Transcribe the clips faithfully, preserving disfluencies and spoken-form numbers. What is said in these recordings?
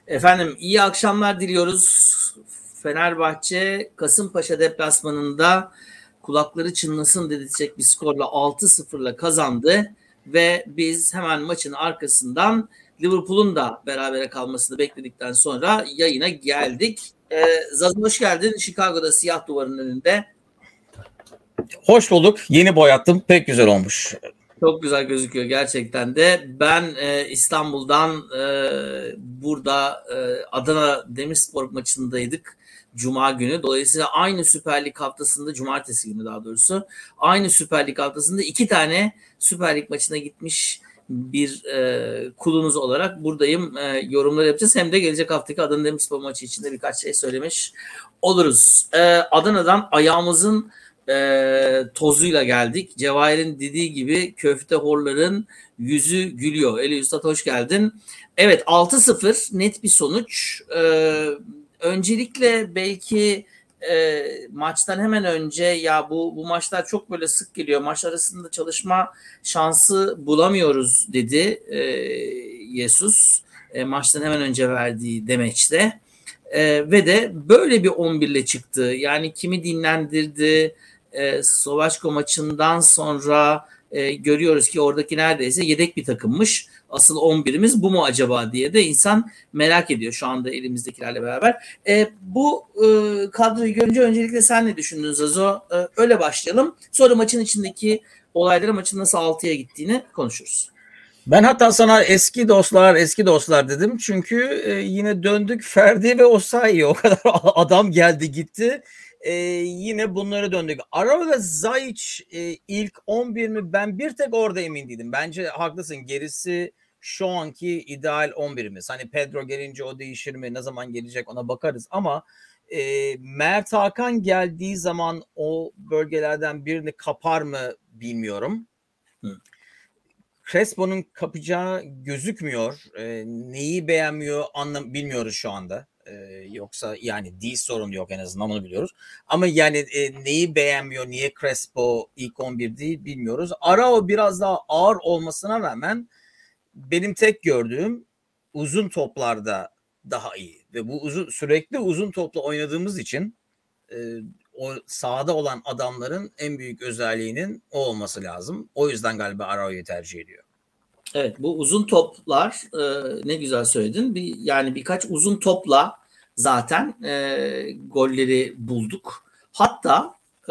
Efendim iyi akşamlar diliyoruz. Fenerbahçe Kasımpaşa deplasmanında kulakları çınlasın dedirtecek bir skorla altı sıfırla kazandı ve biz hemen maçın arkasından Liverpool'un da berabere kalmasını bekledikten sonra yayına geldik. Ee, Zazen hoş geldin. Chicago'da siyah duvarın önünde. Hoş bulduk. Yeni boyattım. Pek güzel olmuş. Çok güzel gözüküyor gerçekten de. Ben e, İstanbul'dan e, burada e, Adana Demirspor maçındaydık Cuma günü. Dolayısıyla aynı Süper Lig haftasında, Cumartesi günü daha doğrusu, aynı Süper Lig haftasında iki tane Süper Lig maçına gitmiş bir e, kulunuz olarak buradayım. E, yorumlar yapacağız. Hem de gelecek haftaki Adana Demirspor maçı için de birkaç şey söylemiş oluruz. E, Adana'dan ayağımızın e, tozuyla geldik. Cevahir'in dediği gibi köfte horların yüzü gülüyor. Eli Üstad hoş geldin. Evet, altı sıfır net bir sonuç. Ee, öncelikle belki e, maçtan hemen önce ya bu bu maçlar çok böyle sık geliyor. Maç arasında çalışma şansı bulamıyoruz dedi e, Jesus. E, maçtan hemen önce verdiği demeçte. E, ve de böyle bir on bir ile çıktı. Yani kimi dinlendirdi, e, Slovaçko maçından sonra e, görüyoruz ki oradaki neredeyse yedek bir takımmış. Asıl on birimiz bu mu acaba diye de insan merak ediyor şu anda elimizdekilerle beraber. E, bu e, kadroyu görünce öncelikle sen ne düşündün Zazo? E, öyle başlayalım. Sonra maçın içindeki olayları, maçın nasıl altıya gittiğini konuşuruz. Ben hatta sana eski dostlar eski dostlar dedim. Çünkü e, yine döndük Ferdi ve Osayi. O kadar adam geldi gitti. E, yine bunlara döndük. Arao ve Zayç e, ilk on bir mi? Ben bir tek orada emin değilim. Bence haklısın. Gerisi şu anki ideal on birimiz. Hani Pedro gelince o değişir mi? Ne zaman gelecek ona bakarız. Ama e, Mert Hakan geldiği zaman o bölgelerden birini kapar mı bilmiyorum. Hı. Crespo'nun kapacağı gözükmüyor. E, neyi beğenmiyor anlam bilmiyoruz şu anda. E, yoksa yani değil sorun yok, en azından onu biliyoruz. Ama yani e, neyi beğenmiyor, niye Crespo ilk on bir değil bilmiyoruz. Arao biraz daha ağır olmasına rağmen benim tek gördüğüm uzun toplarda daha iyi. Ve bu uzun, sürekli uzun topla oynadığımız için e, o sahada olan adamların en büyük özelliğinin o olması lazım. O yüzden galiba Arao'yu tercih ediyor. Evet, bu uzun toplar e, ne güzel söyledin. Bir, yani birkaç uzun topla zaten e, golleri bulduk. Hatta e,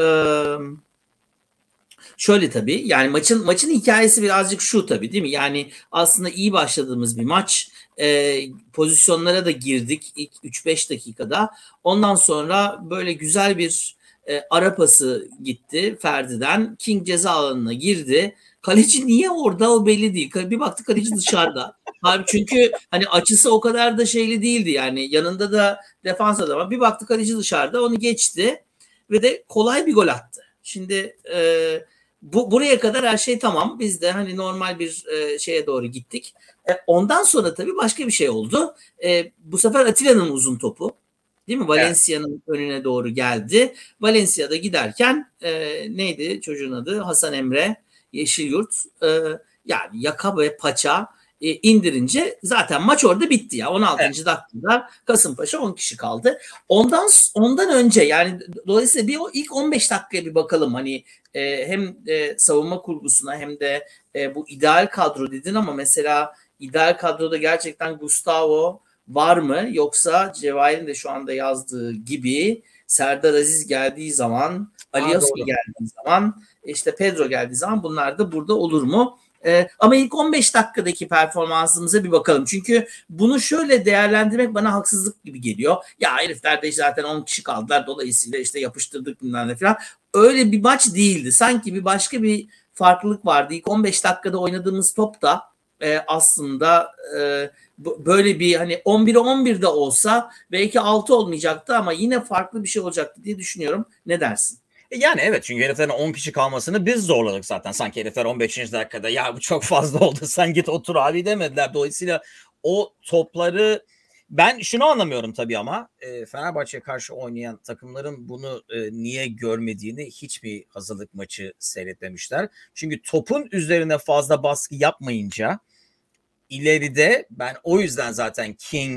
şöyle tabii, yani maçın maçın hikayesi birazcık şu tabii, değil mi? Yani aslında iyi başladığımız bir maç. E, pozisyonlara da girdik ilk üç beş dakikada. Ondan sonra böyle güzel bir e, ara pası gitti Ferdi'den. King ceza alanına girdi. Kaleci niye orada o belli değil. Bir baktık kaleci dışarıda. Abi çünkü hani açısı o kadar da şeyli değildi yani. Yanında da defans adamı. Bir baktık kaleci dışarıda, onu geçti ve de kolay bir gol attı. Şimdi e, bu buraya kadar her şey tamam. Biz de hani normal bir e, şeye doğru gittik. E, ondan sonra tabii başka bir şey oldu. E, bu sefer Atilla'nın uzun topu, değil mi? Valencia'nın evet. önüne doğru geldi. Valencia'da giderken e, neydi çocuğun adı? Hasan Emre Yeşilyurt. E, yani yaka ve paça e, indirince zaten maç orada bitti ya. on altıncı Evet. dakikada Kasımpaşa on kişi kaldı. Ondan ondan önce yani dolayısıyla bir o ilk on beş dakikaya bir bakalım. Hani e, hem e, savunma kurgusuna hem de e, bu ideal kadro dedin ama mesela ideal kadroda gerçekten Gustavo var mı? Yoksa Cevahir'in de şu anda yazdığı gibi Serdar Aziz geldiği zaman, Alioski geldiği zaman, işte Pedro geldiği zaman bunlar da burada olur mu? Ee, ama ilk on beş dakikadaki performansımıza bir bakalım. Çünkü bunu şöyle değerlendirmek bana haksızlık gibi geliyor. Ya herifler de zaten on kişi kaldılar. Dolayısıyla işte yapıştırdık bilmem ne falan. Öyle bir maç değildi. Sanki bir başka bir farklılık vardı. İlk on beş dakikada oynadığımız top da e, aslında e, böyle bir hani on bire on birde olsa belki altı olmayacaktı ama yine farklı bir şey olacaktı diye düşünüyorum. Ne dersin? Yani evet, çünkü heriflerin on kişi kalmasını biz zorladık zaten. Sanki herifler on beşinci dakikada ya bu çok fazla oldu sen git otur abi demediler. Dolayısıyla o topları ben şunu anlamıyorum tabii ama e, Fenerbahçe'ye karşı oynayan takımların bunu e, niye görmediğini, hiçbir hazırlık maçı seyretmemişler. Çünkü topun üzerine fazla baskı yapmayınca ileride ben o yüzden zaten King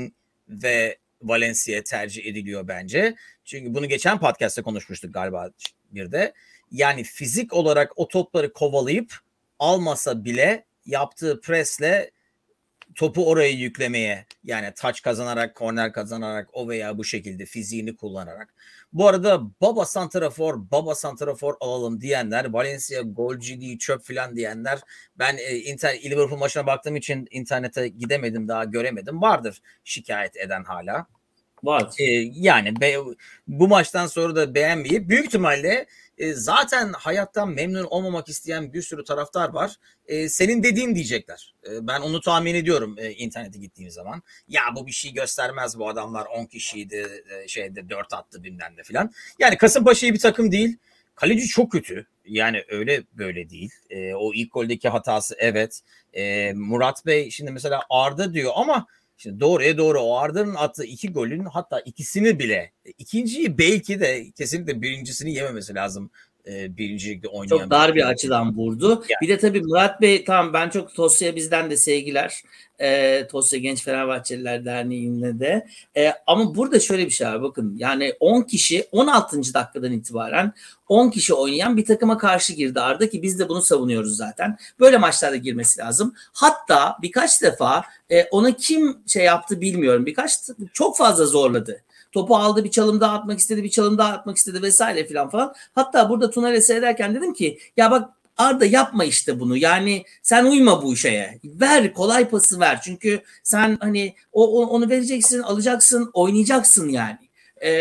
ve Valencia tercih ediliyor bence. Çünkü bunu geçen podcast'ta konuşmuştuk galiba bir de. Yani fizik olarak o topları kovalayıp almasa bile yaptığı presle topu oraya yüklemeye, yani touch kazanarak, korner kazanarak, o veya bu şekilde fiziğini kullanarak. Bu arada baba santrafor, baba santrafor alalım diyenler, Valencia golcü değil, çöp filan diyenler, ben e, Inter Liverpool maçına baktığım için internete gidemedim, daha göremedim. Vardır şikayet eden hala. Var. E, yani be, bu maçtan sonra da beğenmeyip büyük ihtimalle e, zaten hayattan memnun olmamak isteyen bir sürü taraftar var. E, senin dediğin diyecekler. E, ben onu tahmin ediyorum e, internete gittiğim zaman. Ya bu bir şey göstermez, bu adamlar on kişiydi, e, şeyde dört attı bilmem ne filan. Yani Kasımpaşa iyi bir takım değil. Kaleci çok kötü. Yani öyle böyle değil. E, o ilk goldeki hatası evet. E, Murat Bey şimdi mesela Arda diyor ama şimdi doğruya doğru o Arda'nın attığı iki golün hatta ikisini bile, ikinciyi belki de kesinlikle birincisini yememesi lazım. E, birincilikte oynayan. Çok dar bir açıdan vurdu. Yani. Bir de tabii Murat Bey, tamam ben çok Tosya'ya bizden de sevgiler. E, Tosya Genç Fenerbahçeliler Derneği'nde de. E, ama burada şöyle bir şey var, bakın yani on kişi on altıncı dakikadan itibaren on kişi oynayan bir takıma karşı girdi Arda, ki biz de bunu savunuyoruz zaten. Böyle maçlarda girmesi lazım. Hatta birkaç defa e, ona kim şey yaptı bilmiyorum. Birkaç çok fazla zorladı. Topu aldı, bir çalım daha atmak istedi, bir çalım daha atmak istedi vesaire filan falan. Hatta burada Tuna'yla seyrederken dedim ki ya bak Arda yapma işte bunu. Yani sen uyma bu şeye. Ver, kolay pası ver. Çünkü sen hani o, o onu vereceksin, alacaksın, oynayacaksın yani. Ee,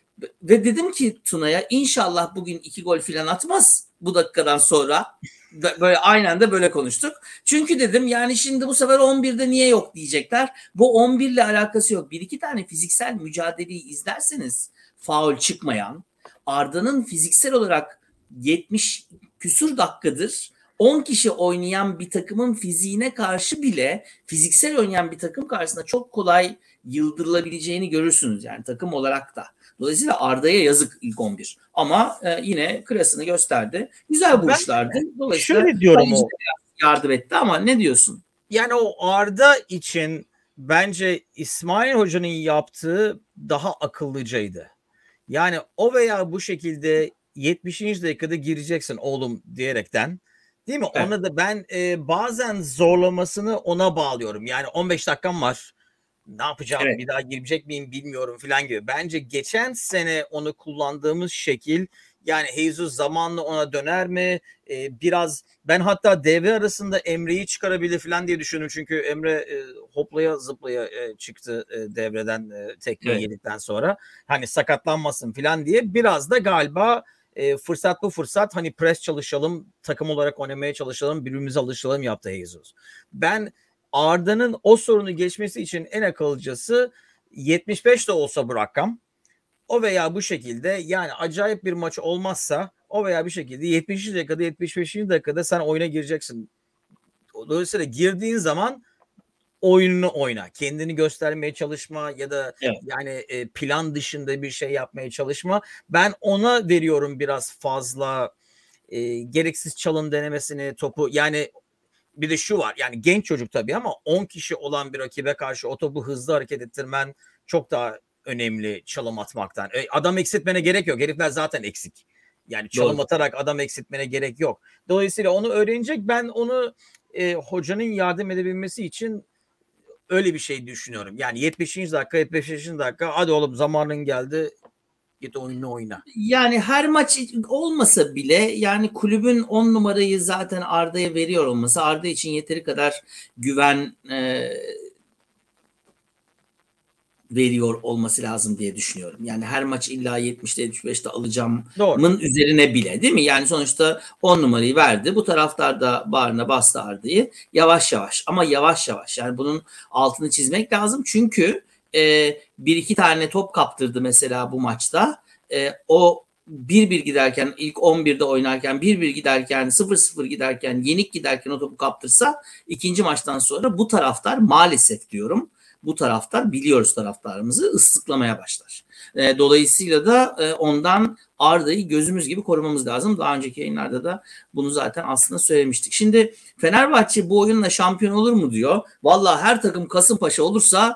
ve dedim ki Tuna'ya inşallah bugün iki gol filan atmaz bu dakikadan sonra. Böyle aynen de böyle konuştuk. Çünkü dedim yani şimdi bu sefer on birde niye yok diyecekler. Bu on bir ile alakası yok. Bir iki tane fiziksel mücadeleyi izlerseniz faul çıkmayan, Arda'nın fiziksel olarak yetmiş küsur dakikadır on kişi oynayan bir takımın fiziğine karşı bile fiziksel oynayan bir takım karşısında çok kolay yıldırılabileceğini görürsünüz yani takım olarak da. Dolayısıyla Arda'ya yazık ilk on bir. Ama e, yine klasını gösterdi. Güzel vuruşlardı. Dolayısıyla şöyle diyorum o. Yardım etti ama ne diyorsun? Yani o Arda için bence İsmail Hoca'nın yaptığı daha akıllıcaydı. Yani o veya bu şekilde yetmişinci dakikada gireceksin oğlum diyerekten, değil mi? Evet. Ona da ben e, bazen zorlamasını ona bağlıyorum. Yani on beş dakikam var. Ne yapacağım? Evet. Bir daha girecek miyim bilmiyorum falan gibi. Bence geçen sene onu kullandığımız şekil, yani Jesus zamanla ona döner mi? Ee, biraz ben hatta devre arasında Emre'yi çıkarabilir falan diye düşündüm. Çünkü Emre e, hoplaya zıplaya e, çıktı e, devreden e, tekmeyi evet. yedikten sonra. Hani sakatlanmasın falan diye. Biraz da galiba e, fırsat bu fırsat, hani pres çalışalım, takım olarak oynamaya çalışalım, birbirimize alışalım yaptı Jesus. Ben Arda'nın o sorunu geçmesi için en akıllıcası yetmiş beş de olsa bu rakam. O veya bu şekilde, yani acayip bir maç olmazsa o veya bir şekilde yetmişinci dakikada yetmiş beşinci dakikada sen oyuna gireceksin. Dolayısıyla girdiğin zaman oyununu oyna. Kendini göstermeye çalışma ya da evet. yani plan dışında bir şey yapmaya çalışma. Ben ona veriyorum biraz fazla e, gereksiz çalım denemesini, topu, yani bir de şu var, yani genç çocuk tabii ama on kişi olan bir rakibe karşı o topu hızlı hareket ettirmen çok daha önemli çalım atmaktan. E, adam eksiltmene gerek yok. Herifler zaten eksik. Yani çalım Doğru. atarak adam eksiltmene gerek yok. Dolayısıyla onu öğrenecek. Ben onu e, hocanın yardım edebilmesi için öyle bir şey düşünüyorum. Yani yetmişinci dakika, yetmiş beşinci dakika, hadi oğlum zamanın geldi, git oyunu oyna. Yani her maç olmasa bile yani kulübün on numarayı zaten Arda'ya veriyor olması, Arda için yeteri kadar güven e, veriyor olması lazım diye düşünüyorum. Yani her maç illa yetmişte yetmiş beşte alacağımın üzerine bile, değil mi? Yani sonuçta on numarayı verdi. Bu taraftar da bağrına bastı Arda'yı. Yavaş yavaş ama yavaş yavaş. Yani bunun altını çizmek lazım. Çünkü e, bir iki tane top kaptırdı mesela bu maçta. E, o bir bir giderken, ilk on birde oynarken, bir bir giderken, sıfır sıfır giderken, yenik giderken o topu kaptırsa ikinci maçtan sonra bu taraftar, maalesef diyorum, bu taraftar, biliyoruz taraftarımızı, ıslıklamaya başlar. E, dolayısıyla da e, ondan Arda'yı gözümüz gibi korumamız lazım. Daha önceki yayınlarda da bunu zaten aslında söylemiştik. Şimdi Fenerbahçe bu oyunla şampiyon olur mu diyor. Vallahi her takım Kasımpaşa olursa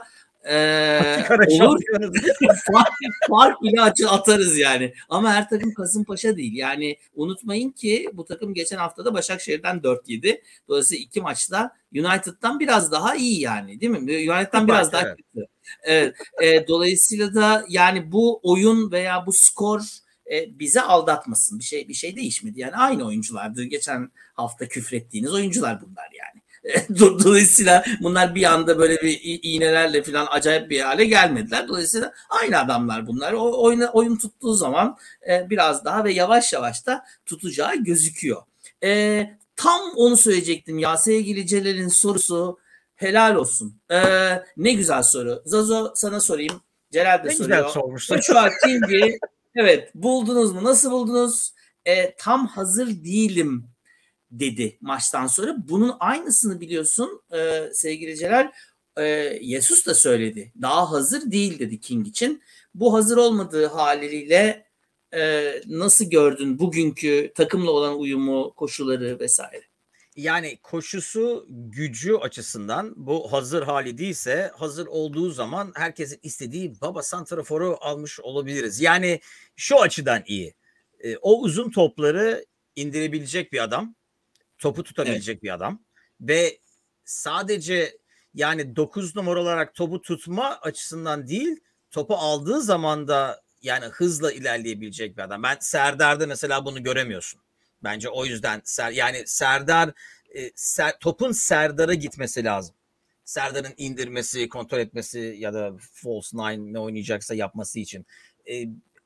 Ee, Açık ara olur. şampiyonu. fark, fark bile açı atarız yani. Ama her takım Kasımpaşa değil. Yani unutmayın ki bu takım geçen haftada Başakşehir'den dört yedi. Dolayısıyla iki maçta United'dan biraz daha iyi yani, değil mi? United'dan biraz daha Evet. kötü. Evet. E, dolayısıyla da yani bu oyun veya bu skor e, bize aldatmasın. Bir şey bir şey değişmedi. Yani aynı oyunculardı. Geçen hafta küfrettiğiniz oyuncular bunlar yani. Dolayısıyla bunlar bir anda böyle bir iğnelerle falan acayip bir hale gelmediler. Dolayısıyla aynı adamlar bunlar. O oyun, oyun tuttuğu zaman e, biraz daha ve yavaş yavaş da tutacağı gözüküyor. E, tam onu söyleyecektim ya, sevgili Celal'in sorusu helal olsun. E, ne güzel soru. Zazo, sana sorayım. Celal de Ne güzel soruyor. sormuşsun. Joshua King'i evet buldunuz mu? Nasıl buldunuz? E, tam hazır değilim dedi maçtan sonra. Bunun aynısını biliyorsun e, sevgili Celal, e, Jesus da söyledi. Daha hazır değil dedi King için. Bu hazır olmadığı haliyle e, nasıl gördün bugünkü takımla olan uyumu, koşuları vesaire? Yani koşusu, gücü açısından bu hazır hali değilse, hazır olduğu zaman herkesin istediği baba santraforu almış olabiliriz. Yani şu açıdan iyi. E, o uzun topları indirebilecek bir adam, topu Evet. tutabilecek bir adam ve sadece yani dokuz numara olarak topu tutma açısından değil, topu aldığı zaman da yani hızla ilerleyebilecek bir adam. Ben Serdar'da mesela bunu göremiyorsun. Bence o yüzden yani Serdar e, ser, topun Serdar'a gitmesi lazım. Serdar'ın indirmesi, kontrol etmesi ya da false nine ne oynayacaksa yapması için. E,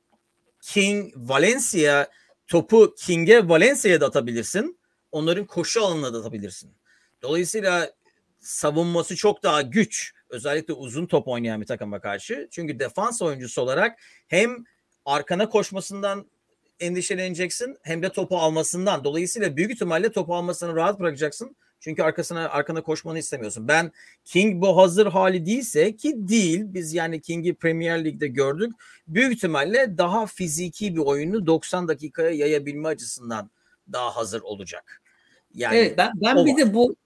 King, Valencia topu King'e, Valencia'ya da atabilirsin. Onların koşu alanına da atabilirsin. Dolayısıyla savunması çok daha güç. Özellikle uzun top oynayan bir takıma karşı. Çünkü defans oyuncusu olarak hem arkana koşmasından endişeleneceksin hem de topu almasından. Dolayısıyla büyük ihtimalle topu almasını rahat bırakacaksın. Çünkü arkasına arkana koşmanı istemiyorsun. Ben King bu hazır hali değilse ki değil. Biz yani King'i Premier Lig'de gördük. Büyük ihtimalle daha fiziki bir oyunu doksan dakikaya yayabilme açısından daha hazır olacak. Yani Evet, ben ben o bir var. de bu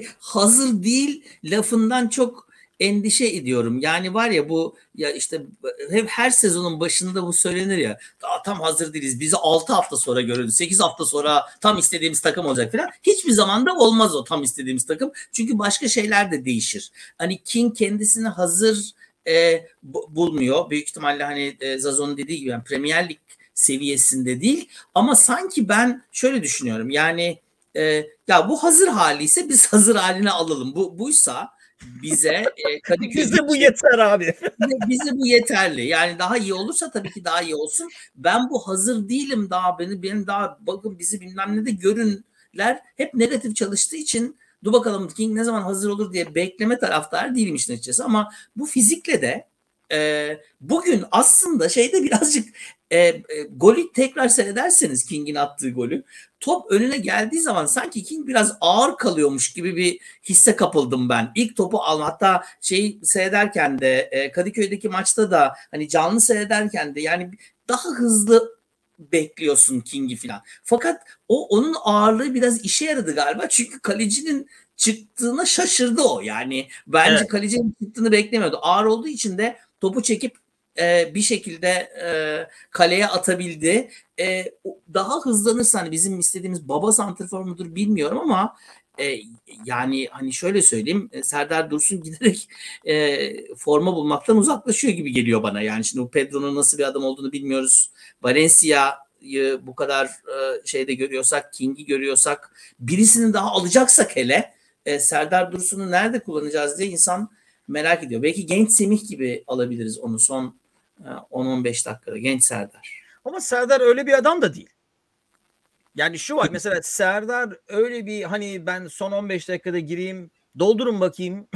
hazır değil lafından çok endişe ediyorum. Yani var ya, bu ya işte hep her sezonun başında bu söylenir ya. Daha tam hazır değiliz. Bizi altı hafta sonra görüldü. sekiz hafta sonra tam istediğimiz takım olacak falan. Hiçbir zaman da olmaz o tam istediğimiz takım. Çünkü başka şeyler de değişir. Hani King kendisini hazır e, bulmuyor. Büyük ihtimalle hani e, Zazon'un dediği gibi yani Premier Lig seviyesinde değil. Ama sanki ben şöyle düşünüyorum. Yani e, ya bu hazır hali ise biz hazır haline alalım. Bu buysa bize e, Bize bu Kadıköy'deki yeter abi. bize, bize bu yeterli. Yani daha iyi olursa tabii ki daha iyi olsun. Ben bu hazır değilim daha, beni benim daha bakın bizi bilmem ne de görünler hep negatif çalıştığı için dur bakalım King ne zaman hazır olur diye bekleme taraftarı değilim işin açıkçası. Ama bu fizikle de e, bugün aslında şeyde birazcık e, e, golü tekrar seyrederseniz King'in attığı golü, top önüne geldiği zaman sanki King biraz ağır kalıyormuş gibi bir hisse kapıldım ben. İlk topu al, hatta şey seyrederken de e, Kadıköy'deki maçta da hani canlı seyrederken de yani daha hızlı bekliyorsun King'i falan. Fakat o onun ağırlığı biraz işe yaradı galiba. Çünkü kalecinin çıktığına şaşırdı o. Yani bence Evet. kalecinin çıktığını beklemiyordu. Ağır olduğu için de topu çekip e, bir şekilde e, kaleye atabildi. E, daha hızlanırsa hani bizim istediğimiz baba santrfor mudur bilmiyorum ama e, yani hani şöyle söyleyeyim, Serdar Dursun giderek e, forma bulmaktan uzaklaşıyor gibi geliyor bana. Yani şimdi bu Pedro'nun nasıl bir adam olduğunu bilmiyoruz. Valencia'yı bu kadar e, şeyde görüyorsak, King'i görüyorsak, birisini daha alacaksak hele e, Serdar Dursun'u nerede kullanacağız diye insan merak ediyor. Belki genç Semih gibi alabiliriz onu son e, on on beş dakikada. Genç Serdar. Ama Serdar öyle bir adam da değil. Yani şu var mesela Serdar öyle bir hani ben son on beş dakikada gireyim doldurun bakayım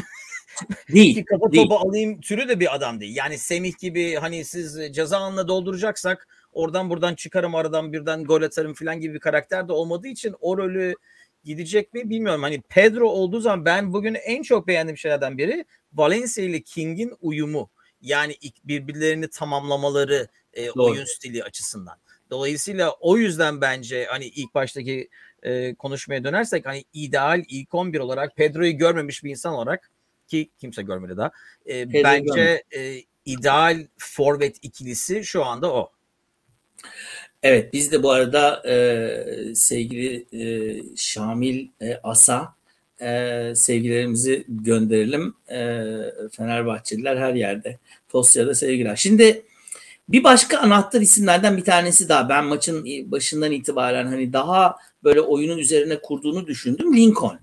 iki Değil. kafa Değil. topu alayım türü de bir adam değil. Yani Semih gibi hani siz ceza alanına dolduracaksak oradan buradan çıkarım aradan birden gol atarım falan gibi bir karakter de olmadığı için o rolü gidecek mi bilmiyorum. Hani Pedro olduğu zaman ben bugün en çok beğendiğim şeylerden biri Valencia ile King'in uyumu. Yani birbirlerini tamamlamaları e, Doğru. oyun stili açısından. Dolayısıyla o yüzden bence hani ilk baştaki e, konuşmaya dönersek hani ideal ilk on bir olarak Pedro'yu görmemiş bir insan olarak ki kimse görmedi daha. E, Pedro Gomes. bence e, ideal forvet ikilisi şu anda o. Evet, biz de bu arada e, sevgili e, Şamil e, Asa e, sevgilerimizi gönderelim. E, Fenerbahçeliler her yerde. Tosya'da sevgiler. Şimdi bir başka anahtar isimlerden bir tanesi daha. Ben maçın başından itibaren hani daha böyle oyunun üzerine kurduğunu düşündüm. Lincoln.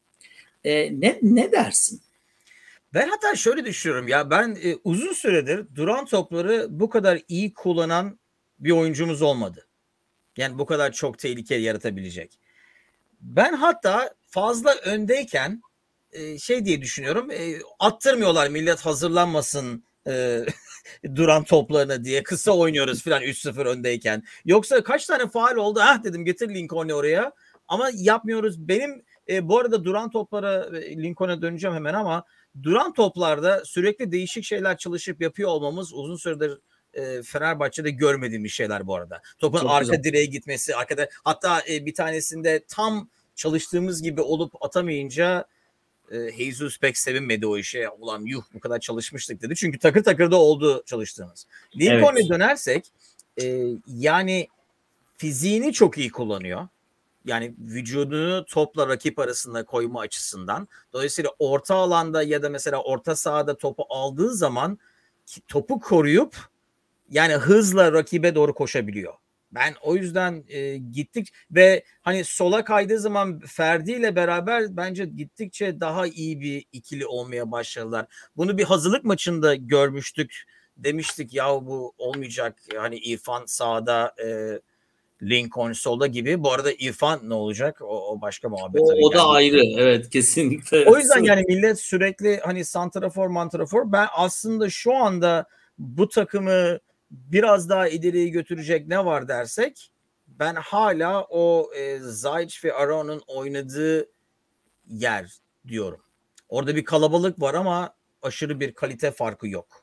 E, ne ne dersin? Ben hatta şöyle düşünüyorum ya, ben e, uzun süredir duran topları bu kadar iyi kullanan bir oyuncumuz olmadı. Yani bu kadar çok tehlike yaratabilecek. Ben hatta fazla öndeyken e, şey diye düşünüyorum, e, attırmıyorlar millet hazırlanmasın e, duran toplarına diye, kısa oynuyoruz falan üç sıfır öndeyken. Yoksa kaç tane faul oldu, ah dedim getir Lincoln'u oraya, ama yapmıyoruz. Benim e, bu arada duran toplara, Lincoln'a döneceğim hemen, ama duran toplarda sürekli değişik şeyler çalışıp yapıyor olmamız uzun süredir e, Fenerbahçe'de görmediğim şeyler bu arada. Topun Çok güzel. arka direğe gitmesi, arkada, hatta e, bir tanesinde tam çalıştığımız gibi olup atamayınca e, Jesus pek sevinmedi o işe. Ulan yuh, bu kadar çalışmıştık dedi. Çünkü takır takır da oldu çalıştığımız. Lincoln'e Evet. dönersek e, yani fiziğini çok iyi kullanıyor. Yani vücudunu topla rakip arasında koyma açısından. Dolayısıyla orta alanda ya da mesela orta sahada topu aldığı zaman topu koruyup yani hızla rakibe doğru koşabiliyor. Ben o yüzden e, gittik ve hani sola kaydığı zaman Ferdi ile beraber bence gittikçe daha iyi bir ikili olmaya başladılar. Bunu bir hazırlık maçında görmüştük. Demiştik ya bu olmayacak. Hani İrfan sağda, e, Lincoln solda gibi. Bu arada İrfan ne olacak? O, o başka muhabbet tabii O, o da geldi. ayrı. Evet, kesinlikle. O yüzden yani millet sürekli hani santrafor mantrafor. Ben aslında şu anda bu takımı biraz daha ileriye götürecek ne var dersek, ben hala o e, Zayç ve Aron'un oynadığı yer diyorum. Orada bir kalabalık var ama aşırı bir kalite farkı yok.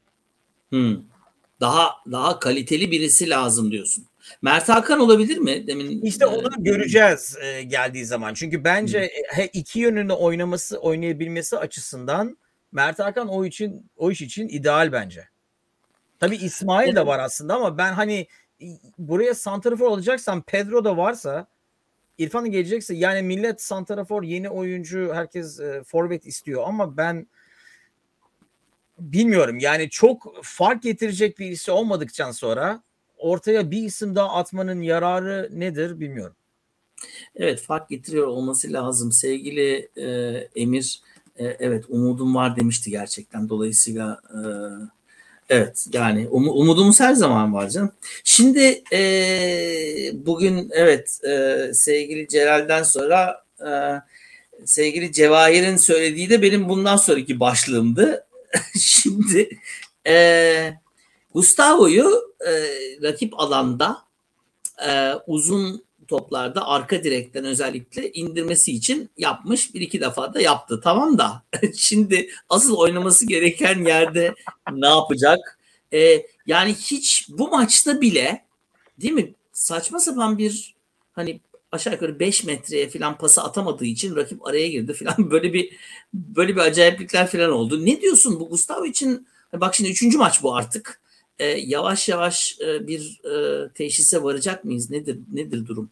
Hmm. Daha daha kaliteli birisi lazım diyorsun. Mert Hakan olabilir mi? Demin İşte e, onu göreceğiz e, geldiği zaman. Çünkü bence hmm. e, iki yönünü oynaması, oynayabilmesi açısından Mert Hakan o için o iş için ideal bence. Tabii İsmail de var aslında, ama ben hani buraya santrafor olacaksam, Pedro da varsa, İrfan gelecekse, yani millet santrafor, yeni oyuncu, herkes e, forvet istiyor, ama ben bilmiyorum yani, çok fark getirecek bir isim olmadıktan sonra ortaya bir isim daha atmanın yararı nedir bilmiyorum. Evet, fark getiriyor olması lazım. Sevgili e, Emir, e, evet umudum var demişti gerçekten. Dolayısıyla e, evet yani um, umudumuz her zaman var canım. Şimdi e, bugün evet e, sevgili Celal'den sonra e, sevgili Cevahir'in söylediği de benim bundan sonraki başlığımdı. Şimdi e, Gustavo'yu e, rakip alanda e, uzun toplarda arka direkten özellikle indirmesi için yapmış. Bir iki defa da yaptı. Tamam da şimdi asıl oynaması gereken yerde ne yapacak? E, yani hiç bu maçta bile değil mi? Saçma sapan bir hani aşağı yukarı beş metreye falan pası atamadığı için rakip araya girdi falan böyle bir böyle bir acayiplikler falan oldu. Ne diyorsun bu Gustavo için? Bak şimdi üçüncü maç bu artık. E, yavaş yavaş e, bir e, teşhise varacak mıyız? Nedir nedir durum?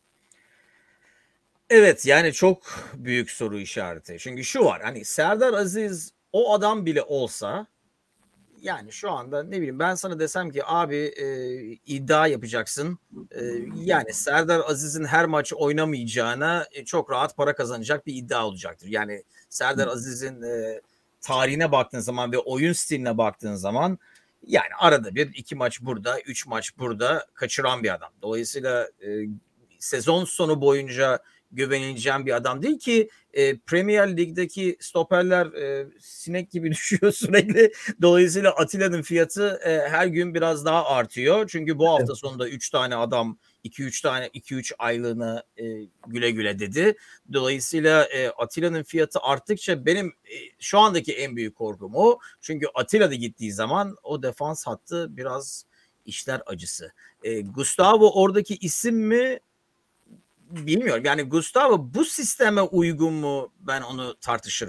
Evet, yani çok büyük soru işareti. Çünkü şu var, hani Serdar Aziz o adam bile olsa, yani şu anda ne bileyim, ben sana desem ki abi e, iddia yapacaksın. E, yani Serdar Aziz'in her maç oynamayacağına e, çok rahat para kazanacak bir iddia olacaktır. Yani Serdar Aziz'in e, tarihine baktığın zaman ve oyun stiline baktığın zaman, yani arada bir iki maç burada, üç maç burada kaçıran bir adam. Dolayısıyla e, sezon sonu boyunca güvenileceğim bir adam değil ki, e, Premier Lig'deki stoperler e, sinek gibi düşüyor sürekli. Dolayısıyla Atilla'nın fiyatı e, her gün biraz daha artıyor. Çünkü bu hafta sonunda üç tane adam iki üç tane iki üç aylığına e, güle güle dedi. Dolayısıyla e, Atilla'nın fiyatı arttıkça benim e, şu andaki en büyük korkum o. Çünkü Atilla da gittiği zaman o defans hattı biraz işler acısı. E, Gustavo oradaki isim mi? Bilmiyorum. Yani Gustavo bu sisteme uygun mu? Ben onu tartışırım.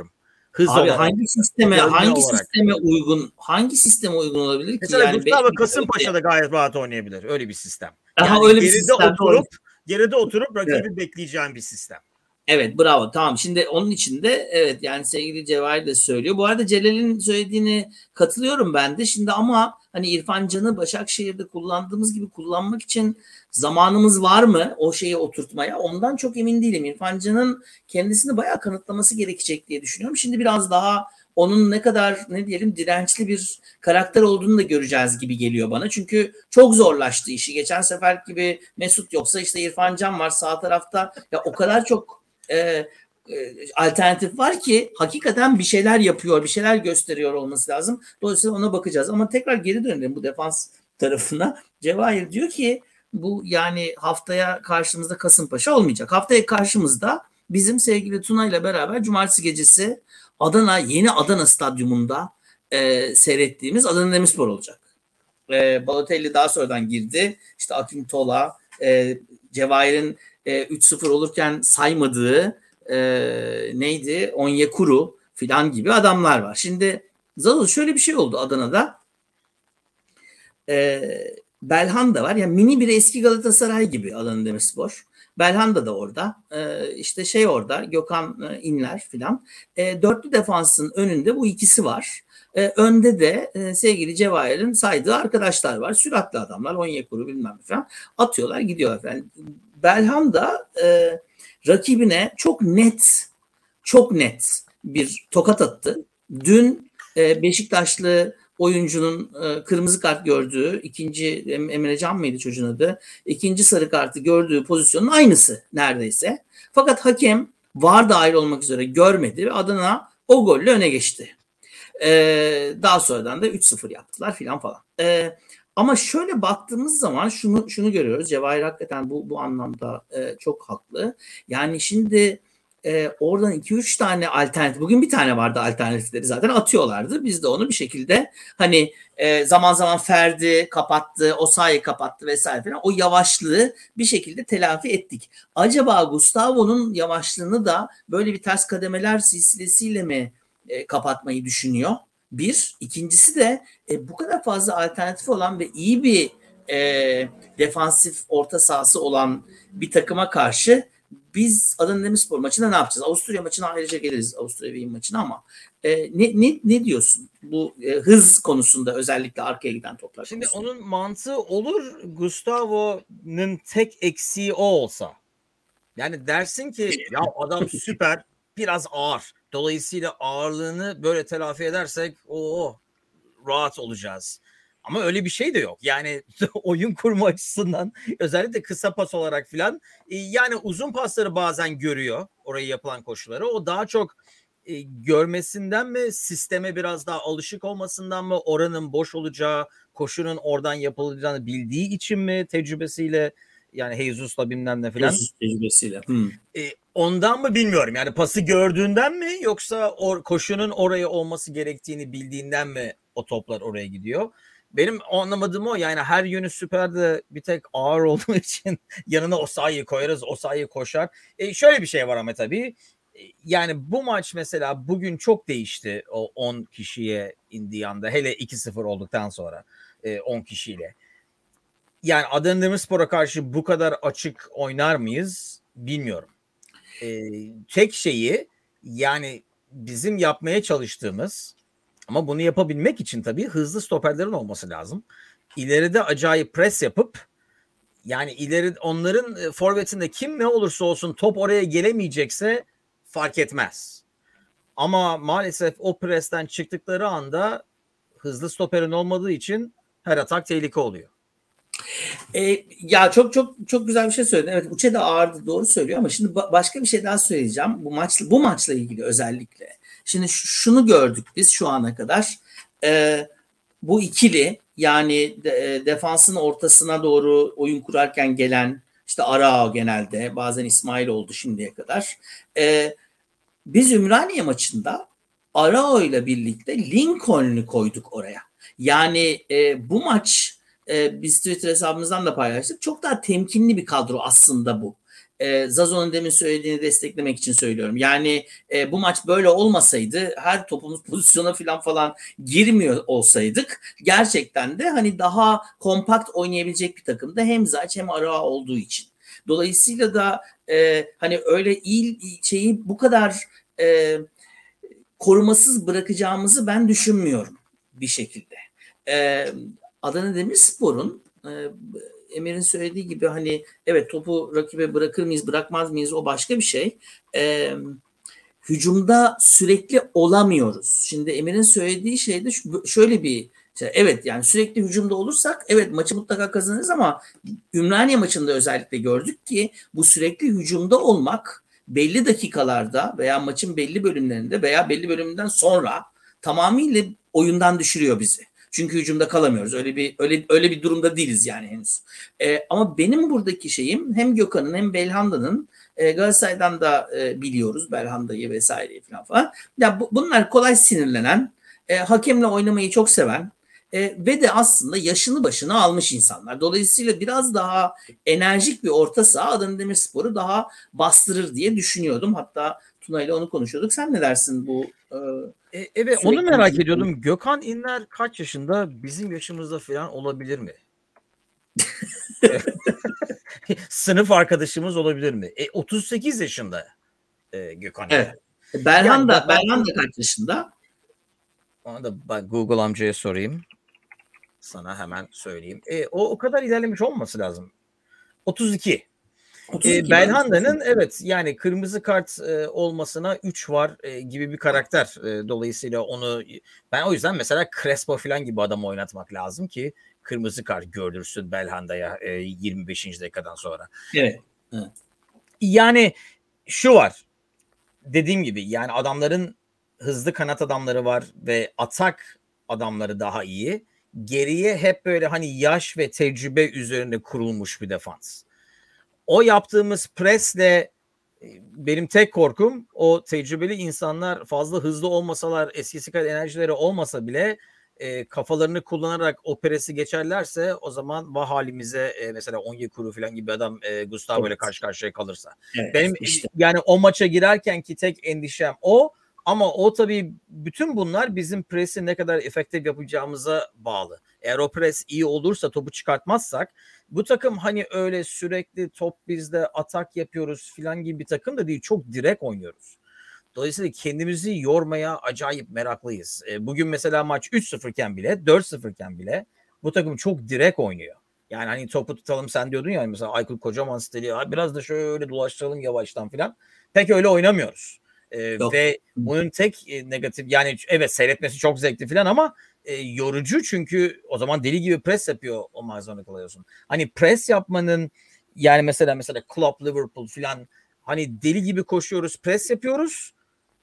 Hız Abi olarak. hangi sisteme görme hangi olarak. sisteme uygun hangi sisteme uygun olabilir ki? Mesela Yani Gustavo belki Kasımpaşa'da gayet rahat oynayabilir. Öyle bir sistem. daha Yani öyle bir geride sistem doğru. oturup geride oturup Evet. rakibi bekleyeceğin bir sistem. Evet, bravo, tamam. Şimdi onun için de evet, yani sevgili Cevahir de söylüyor. Bu arada Celal'in söylediğine katılıyorum ben de. Şimdi ama hani İrfan Can'ı Başakşehir'de kullandığımız gibi kullanmak için zamanımız var mı o şeyi oturtmaya? Ondan çok emin değilim. İrfan Can'ın kendisini bayağı kanıtlaması gerekecek diye düşünüyorum. Şimdi biraz daha onun ne kadar ne diyelim dirençli bir karakter olduğunu da göreceğiz gibi geliyor bana. Çünkü çok zorlaştı işi. Geçen sefer gibi Mesut yoksa işte İrfan Can var sağ tarafta. Ya o kadar çok e, e, alternatif var ki hakikaten bir şeyler yapıyor, bir şeyler gösteriyor olması lazım. Dolayısıyla ona bakacağız. Ama tekrar geri dönelim bu defans tarafına. Cevahir diyor ki bu yani haftaya karşımızda Kasımpaşa olmayacak. Haftaya karşımızda bizim sevgili Tuna ile beraber cumartesi gecesi Adana, yeni Adana Stadyumunda e, seyrettiğimiz Adana Demirspor olacak. E, Balotelli daha sonradan girdi. İşte Akintola, e, Cevahir'in e, üç sıfır olurken saymadığı e, neydi? Onyekuru filan gibi adamlar var. Şimdi Zadol şöyle bir şey oldu Adana'da. E, Belhanda var. Yani mini bir eski Galatasaray gibi Adana Demirspor. Belhanda da orada. E, işte şey orada. Gökhan e, İnler filan. E, dörtlü defansın önünde bu ikisi var. E, önde de e, sevgili Cevahir'in saydığı arkadaşlar var. Süratli adamlar. Onyekuru bilmem ne falan. Atıyorlar gidiyorlar falan. Belhanda e, rakibine çok net çok net bir tokat attı. Dün e, Beşiktaşlı oyuncunun e, kırmızı kart gördüğü ikinci Emrecan mıydı çocuğun adı? İkinci sarı kartı gördüğü pozisyonun aynısı neredeyse. Fakat hakem V A R dahil olmak üzere görmedi ve Adana o golle öne geçti. E, daha sonradan da üç sıfır yaptılar filan falan. E, ama şöyle baktığımız zaman şunu şunu görüyoruz. Cevahir hakikaten bu bu anlamda e, çok haklı. Yani şimdi e, oradan iki üç tane alternatif. Bugün bir tane vardı alternatifleri zaten atıyorlardı. Biz de onu bir şekilde hani e, zaman zaman Ferdi kapattı, Osayi kapattı vesaire falan. O yavaşlığı bir şekilde telafi ettik. Acaba Gustavo'nun yavaşlığını da böyle bir ters kademeler silsilesiyle mi e, kapatmayı düşünüyor? Bir. İkincisi de e, bu kadar fazla alternatifi olan ve iyi bir e, defansif orta sahası olan bir takıma karşı biz Adana Demirspor maçında ne yapacağız? Avusturya maçına ayrıca geliriz, Avusturya Wien maçına ama e, ne, ne, ne diyorsun bu e, hız konusunda, özellikle arkaya giden toplar Şimdi konusunda? onun mantığı olur Gustavo'nun tek eksiği o olsa. Yani dersin ki ya adam süper biraz ağır. Dolayısıyla ağırlığını böyle telafi edersek o rahat olacağız. Ama öyle bir şey de yok. Yani oyun kurma açısından özellikle kısa pas olarak filan yani uzun pasları bazen görüyor orayı yapılan koşuları. O daha çok e, görmesinden mi sisteme biraz daha alışık olmasından mı oranın boş olacağı koşunun oradan yapılacağını bildiği için mi tecrübesiyle yani Jesus'la bilmem ne filan. Jesus tecrübesiyle. Hmm. E, ondan mı bilmiyorum. Yani pası gördüğünden mi yoksa or, koşunun oraya olması gerektiğini bildiğinden mi o toplar oraya gidiyor? Benim anlamadığım o yani her yönü süperde bir tek ağır olduğu için yanına o sayıyı koyarız o sayıyı koşar. E, şöyle bir şey var ama tabii yani bu maç mesela bugün çok değişti o on kişiye indiği anda hele iki sıfır olduktan sonra e, on kişiyle. Yani Adana Demirspor'a karşı bu kadar açık oynar mıyız bilmiyorum. Ee, tek şeyi yani bizim yapmaya çalıştığımız ama bunu yapabilmek için tabii hızlı stoperlerin olması lazım. İleride acayip pres yapıp yani ileri onların forvetinde kim ne olursa olsun top oraya gelemeyecekse fark etmez. Ama maalesef o presten çıktıkları anda hızlı stoperin olmadığı için her atak tehlike oluyor. E, ya çok çok çok güzel bir şey söyledin. Evet, Uçe de ağırdı, doğru söylüyor ama şimdi ba- başka bir şey daha söyleyeceğim. Bu maç bu maçla ilgili özellikle. Şimdi ş- şunu gördük biz şu ana kadar. E, bu ikili yani de, defansın ortasına doğru oyun kurarken gelen işte Arao genelde bazen İsmail oldu şimdiye kadar. E, biz Ümraniye maçında Arao ile birlikte Lincoln'u koyduk oraya. Yani e, bu maç e, biz Twitter hesabımızdan da paylaştık. Çok daha temkinli bir kadro aslında bu. E, Zazo'nun demin söylediğini desteklemek için söylüyorum. Yani e, bu maç böyle olmasaydı, her topumuz pozisyona falan falan girmiyor olsaydık, gerçekten de hani daha kompakt oynayabilecek bir takımda hem Zayç hem Arağa olduğu için. Dolayısıyla da e, hani öyle iyi şeyi bu kadar e, korumasız bırakacağımızı ben düşünmüyorum bir şekilde. E, Adana Demirspor'un e, Emir'in söylediği gibi hani evet, topu rakibe bırakır mıyız bırakmaz mıyız, o başka bir şey. E, hücumda sürekli olamıyoruz. Şimdi Emir'in söylediği şey de şöyle bir şey. Evet, yani sürekli hücumda olursak evet maçı mutlaka kazanırız, ama Ümraniye maçında özellikle gördük ki bu sürekli hücumda olmak belli dakikalarda veya maçın belli bölümlerinde veya belli bölümünden sonra tamamıyla oyundan düşürüyor bizi. Çünkü hücumda kalamıyoruz. Öyle bir öyle öyle bir durumda değiliz yani henüz. Ee, ama benim buradaki şeyim hem Gökhan'ın hem Belhanda'nın, e, Galatasaray'dan da e, biliyoruz Belhanda'yı vesaireyi falan falan. Ya bu, bunlar kolay sinirlenen, e, hakemle oynamayı çok seven e, ve de aslında yaşını başını almış insanlar. Dolayısıyla biraz daha enerjik bir orta saha Adana Demirspor'u daha bastırır diye düşünüyordum. Hatta Tuna ile onu konuşuyorduk. Sen ne dersin bu? E, E, evet, onu merak ediyordum. Gökhan İnler kaç yaşında? Bizim yaşımızda falan olabilir mi? Sınıf arkadaşımız olabilir mi? E, otuz sekiz yaşında e, Gökhan İnler. Evet. Berhan Yani da daha, Berhan da kaç yaşında? onu da ben Google amcaya sorayım. Sana hemen söyleyeyim. E, o o kadar ilerlemiş olması lazım. otuz iki. otuz iki. E, Belhanda'nın evet, yani kırmızı kart e, olmasına üç var e, gibi bir karakter. E, dolayısıyla onu, ben o yüzden mesela Crespo falan gibi adamı oynatmak lazım ki kırmızı kart gördürsün Belhanda'ya e, yirmi beşinci dakikadan sonra. Evet. Evet. Yani şu var. Dediğim gibi, yani adamların hızlı kanat adamları var ve atak adamları daha iyi. Geriye hep böyle hani yaş ve tecrübe üzerine kurulmuş bir defans. O yaptığımız presle benim tek korkum, o tecrübeli insanlar fazla hızlı olmasalar, eskisi kadar enerjileri olmasa bile e, kafalarını kullanarak o presi geçerlerse, o zaman vah halimize, e, mesela Onyekuru falan gibi adam e, Gustavo ile Evet. karşı karşıya kalırsa. Evet, Benim işte. yani o maça girerken ki tek endişem o, ama o tabii bütün bunlar bizim presi ne kadar efektif yapacağımıza bağlı. Eğer o pres iyi olursa, topu çıkartmazsak, bu takım hani öyle sürekli top bizde, atak yapıyoruz falan gibi bir takım da değil. Çok direkt oynuyoruz. Dolayısıyla kendimizi yormaya acayip meraklıyız. E, bugün mesela maç üç sıfır iken bile, dört sıfır iken bile bu takım çok direkt oynuyor. Yani hani topu tutalım, sen diyordun ya mesela Aykut Kocaman stili, biraz da şöyle dolaştıralım yavaştan falan. Pek öyle oynamıyoruz. E, ve bunun tek e, negatif, yani evet seyretmesi çok zevkli falan, ama e, yorucu, çünkü o zaman deli gibi pres yapıyor o malzeme kalıyorsun. Hani pres yapmanın, yani mesela mesela Klopp Liverpool falan, hani deli gibi koşuyoruz, pres yapıyoruz,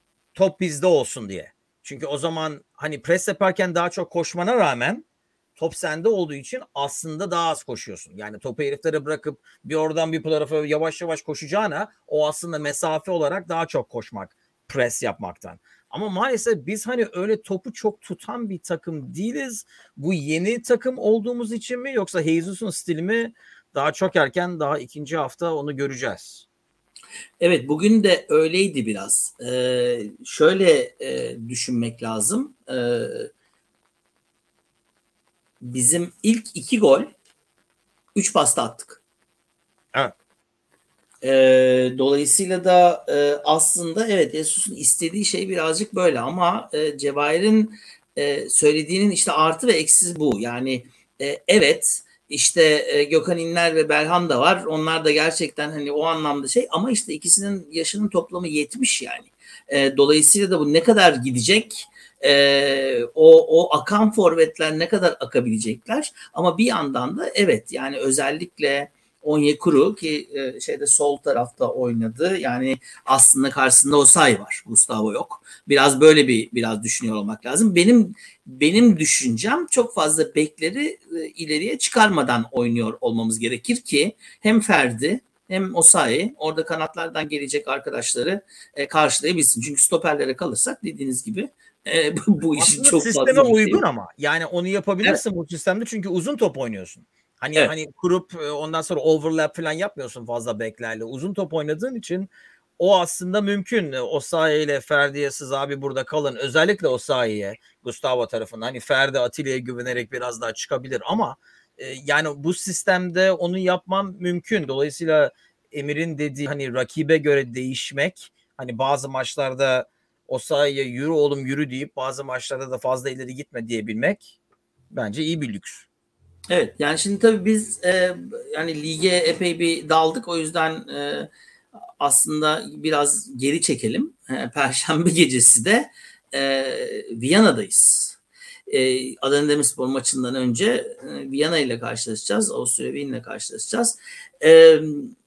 top bizde olsun diye. Çünkü o zaman hani pres yaparken daha çok koşmana rağmen top sende olduğu için aslında daha az koşuyorsun. Yani topu heriflere bırakıp bir oradan bir bu tarafa yavaş yavaş koşacağına, o aslında mesafe olarak daha çok koşmak, pres yapmaktan. Ama maalesef biz hani öyle topu çok tutan bir takım değiliz. Bu yeni takım olduğumuz için mi, yoksa Jesus'un stili mi? Daha çok erken, daha ikinci hafta onu göreceğiz. Evet, bugün de öyleydi biraz. Ee, şöyle e, düşünmek lazım. Ee, bizim ilk iki gol üç pasta attık. Evet. Ee, dolayısıyla da e, aslında evet, Jesus'un istediği şey birazcık böyle, ama e, Cevahir'in e, söylediğinin işte artı ve eksisi bu. Yani e, evet, işte e, Gökhan İnler ve Belhan da var. Onlar da gerçekten hani o anlamda şey, ama işte ikisinin yaşının toplamı yetmiş yani. E, dolayısıyla da bu ne kadar gidecek? E, o, o akan forvetler ne kadar akabilecekler? Ama bir yandan da evet, yani özellikle Onyekuru ki e, şeyde sol tarafta oynadı. Yani aslında karşısında Osayi var. Gustavo yok. Biraz böyle bir biraz düşünüyor olmak lazım. Benim benim düşüncem, çok fazla bekleri e, ileriye çıkarmadan oynuyor olmamız gerekir ki hem Ferdi hem Osayi orada kanatlardan gelecek arkadaşları e, karşılayabilsin. Çünkü stoperlere kalırsak dediğiniz gibi e, bu, bu işin Aslında çok sisteme fazla bir şey uygun, yok. ama yani onu Evet. yapabilirsin bu sistemde, çünkü uzun top oynuyorsun. Hani Evet. hani kurup ondan sonra overlap falan yapmıyorsun fazla beklerle. Uzun top oynadığın için o aslında mümkün. Osayi ile Ferdi'ye siz abi burada kalın. Özellikle Osayi'ye, Gustavo tarafından. Hani Ferdi Atilla'ya güvenerek biraz daha çıkabilir ama e, yani bu sistemde onu yapmam mümkün. Dolayısıyla Emir'in dediği hani rakibe göre değişmek, hani bazı maçlarda Osayi'ye yürü oğlum yürü deyip bazı maçlarda da fazla ileri gitme diyebilmek bence iyi bir lüks. Evet, yani şimdi tabii biz e, yani lige epey bir daldık. O yüzden e, aslında biraz geri çekelim. E, Perşembe gecesi de e, Viyana'dayız. E, Adana Demirspor maçından önce e, Viyana ile karşılaşacağız. Avusturya Wien ile karşılaşacağız. E,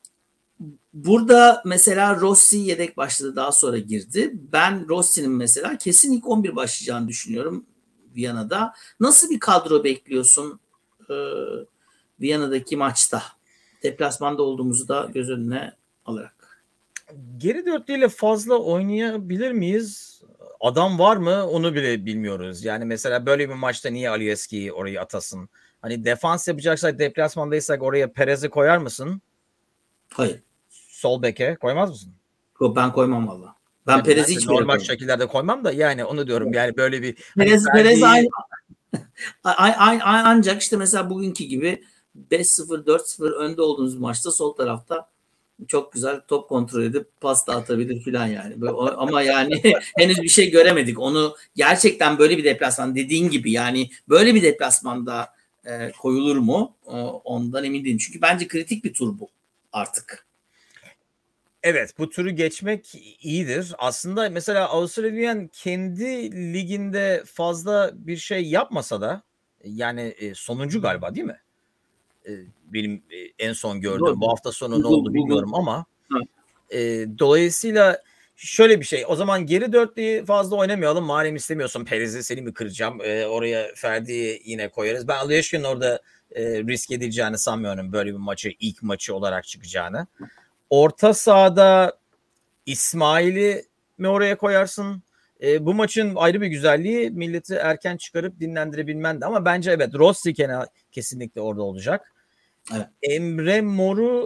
Burada mesela Rossi yedek başladı, daha sonra girdi. Ben Rossi'nin mesela kesin ilk on bir başlayacağını düşünüyorum Viyana'da. Nasıl bir kadro bekliyorsun e, Viyana'daki maçta? Deplasmanda olduğumuzu da göz önüne alarak. Geri dörtlüyle fazla oynayabilir miyiz? Adam var mı? Onu bile bilmiyoruz. Yani mesela böyle bir maçta niye Alieski'yi oraya atasın? Hani defans yapacaksak, deplasmandaysak oraya Perez'i koyar mısın? Hayır. Sol beke koymaz mısın? Ben koymam valla. Ben Yani ben Perez'i de hiçbir yere normal koymam. şekillerde koymam da yani onu diyorum. Yani böyle bir hani Perez, Perez aynı, Ferdi'yi aynı, ancak işte mesela bugünkü gibi beş sıfır dört sıfır önde olduğunuz maçta sol tarafta çok güzel top kontrol edip pasta atabilir filan yani. Böyle, ama yani henüz bir şey göremedik. Onu gerçekten böyle bir deplasman dediğin gibi yani böyle bir deplasmanda e, koyulur mu? E, ondan emin değilim. Çünkü bence kritik bir tur bu artık. evet, bu turu geçmek iyidir. Aslında mesela Avustralyan kendi liginde fazla bir şey yapmasa da yani e, sonuncu galiba değil mi? E, benim e, en son gördüğüm. Bu hafta sonu ne oldu Google, Google. bilmiyorum ama Ha. e, dolayısıyla şöyle bir şey. O zaman geri dörtlüyü fazla oynamayalım. Madem istemiyorsun Perez'i seni mi kıracağım? E, oraya Ferdi'yi yine koyarız. Ben Alioski'nin orada e, risk edileceğini sanmıyorum. Böyle bir maçı ilk maçı olarak çıkacağını. Orta sahada İsmail'i mi oraya koyarsın? E, bu maçın ayrı bir güzelliği milleti erken çıkarıp dinlendirebilmen de ama bence evet Rossi kesinlikle orada olacak. Evet. Emre Mor'u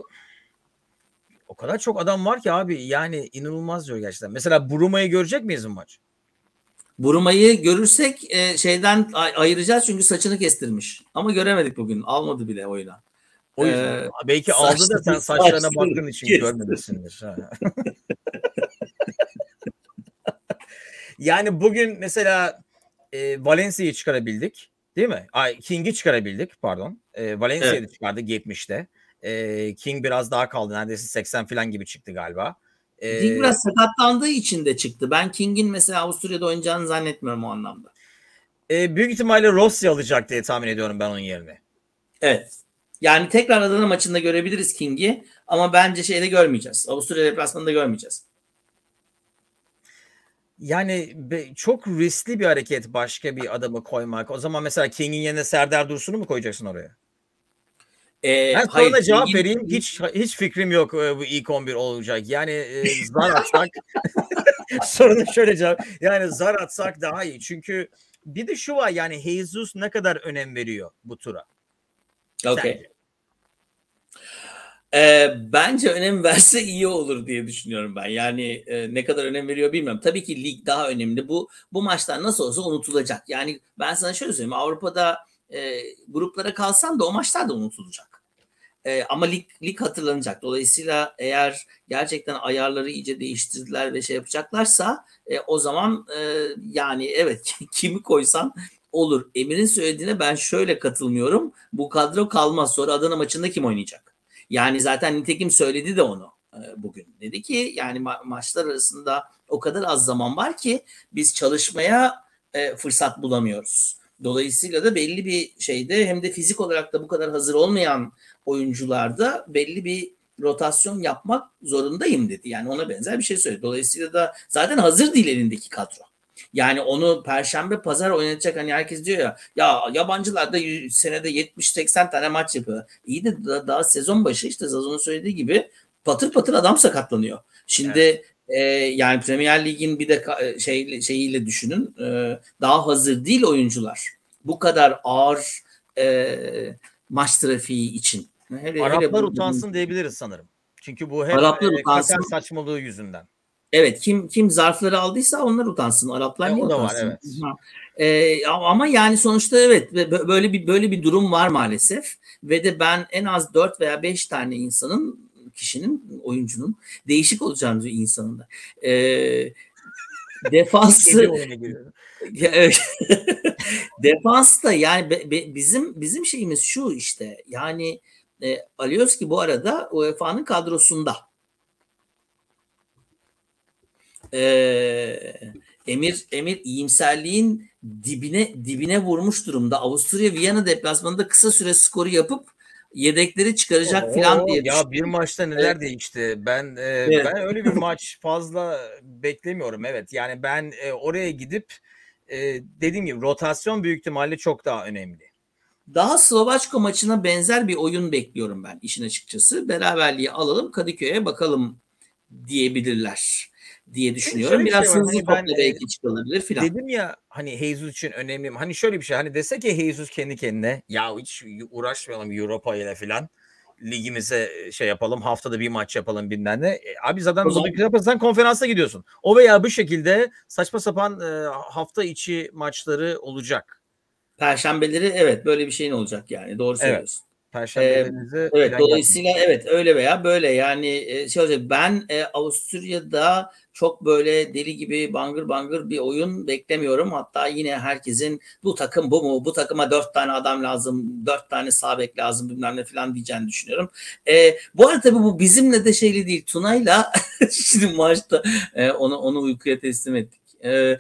o kadar çok adam var ki abi yani inanılmaz diyor gerçekten. Mesela Bruma'yı görecek miyiz bu maç? Buruma'yı görürsek e, şeyden ay- ayıracağız çünkü saçını kestirmiş. Ama göremedik bugün. Almadı bile oyuna. O yüzden E, belki aldı da sen saçları, saçlarına saçları baktığın için kestir. görmemişsindir. Yani bugün mesela e, Valencia'yı çıkarabildik. Değil mi? Ay, King'i çıkarabildik pardon. E, Valencia'yı Evet. da çıkardık yetmişte. E, King biraz daha kaldı. Neredeyse seksen falan gibi çıktı galiba. King E, biraz sakatlandığı için de çıktı. Ben King'in mesela Avusturya'da oynayacağını zannetmiyorum o anlamda. e, büyük ihtimalle Rossi alacak diye tahmin ediyorum ben onun yerine. Evet. Yani tekrar Adana maçında görebiliriz King'i ama bence şeyde görmeyeceğiz. Avusturya deplasmanında görmeyeceğiz. Yani be, çok riskli bir hareket başka bir adamı koymak. O zaman mesela King'in yerine Serdar Dursun'u mu koyacaksın oraya? E, Ben hayır soruna cevap King'in vereyim. Hiç hiç fikrim yok e, bu ilk on bir olacak. Yani e, zar atsak soruna şöyle cevap. Yani zar atsak daha iyi. Çünkü bir de şu var yani Jesus ne kadar önem veriyor bu tura okay. sence? E, bence önem verse iyi olur diye düşünüyorum ben. Yani e, ne kadar önem veriyor bilmiyorum. Tabii ki lig daha önemli. Bu bu maçlar nasıl olsa unutulacak. Yani ben sana şöyle söyleyeyim. Avrupa'da e, gruplara kalsan da o maçlar da unutulacak. E, ama lig, lig hatırlanacak. Dolayısıyla eğer gerçekten ayarları iyice değiştirdiler ve şey yapacaklarsa e, o zaman e, yani evet kimi koysan olur. Emir'in söylediğine ben şöyle katılmıyorum. Bu kadro kalmaz. Sonra Adana maçında kim oynayacak? Yani zaten nitekim söyledi de onu e, bugün. Dedi ki yani ma- maçlar arasında o kadar az zaman var ki biz çalışmaya e, fırsat bulamıyoruz. Dolayısıyla da belli bir şeyde hem de fizik olarak da bu kadar hazır olmayan oyuncularda belli bir rotasyon yapmak zorundayım dedi. Yani ona benzer bir şey söyledi. Dolayısıyla da zaten hazır değil elindeki kadro. Yani onu Perşembe Pazar oynatacak hani herkes diyor ya ya yabancılar da senede yetmiş seksen tane maç yapıyor. İyi de daha, daha sezon başı işte Zazon'un söylediği gibi patır patır adam sakatlanıyor. Evet. Şimdi e, yani Premier Lig'in bir de şey, şeyiyle düşünün e, daha hazır değil oyuncular. Bu kadar ağır e, maç trafiği için. Hele, Araplar hele bu, utansın diyebiliriz sanırım. Çünkü bu hep Araplar e, Katar utansın. saçmalığı yüzünden. Evet, kim kim zarfları aldıysa onlar utansın. E, Araplar niye o da var, utansın? evet. Ha. Ee, ama yani sonuçta evet böyle bir böyle bir durum var maalesef ve de ben en az dört veya beş tane insanın, kişinin, oyuncunun değişik olacağını diyor insanın da. Ee, defansı defans da yani be, be, bizim bizim şeyimiz şu işte yani e, Alioski bu arada U E F A'nın kadrosunda. Ee, Emir Emir iyimserliğin dibine dibine vurmuş durumda. Avusturya Viyana deplasmanında kısa süre skoru yapıp yedekleri çıkaracak falan diye ya düşünüyorum. bir maçta neler evet. değişti. Ben e, evet. ben öyle bir maç fazla beklemiyorum. Evet. Yani ben e, oraya gidip e, dediğim gibi rotasyon büyük ihtimalle çok daha önemli. Daha Slovaçka maçına benzer bir oyun bekliyorum ben işin açıkçası. Beraberliği alalım, Kadıköy'e bakalım diyebilirler diye düşünüyorum. Biraz şey hızlı hani topla ben, belki çıkılabilir filan. Dedim ya hani Jesus için önemli. Hani şöyle bir şey, hani dese ki Jesus kendi kendine ya hiç uğraşmayalım Europa ile filan. Ligimize şey yapalım, haftada bir maç yapalım bilmem ne. E, abi zaten bunu yaparsan konferansa gidiyorsun. O veya bu şekilde saçma sapan e, hafta içi maçları olacak. Perşembeleri evet böyle bir şeyin olacak yani. Doğru söylüyorsun. Evet. Perşembelerinizi ee, evet dolayısıyla yapmayın. Evet öyle veya böyle yani şey olacak. Ben e, Avusturya'da çok böyle deli gibi bangır bangır bir oyun beklemiyorum. Hatta yine herkesin bu takım bu mu? Bu takıma dört tane adam lazım, dört tane sağ bek lazım bilmem ne falan diyeceğini düşünüyorum. E, bu arada tabii bu bizimle de şeyli değil. Tuna'yla şimdi maçta e, onu onu uykuya teslim ettik. E,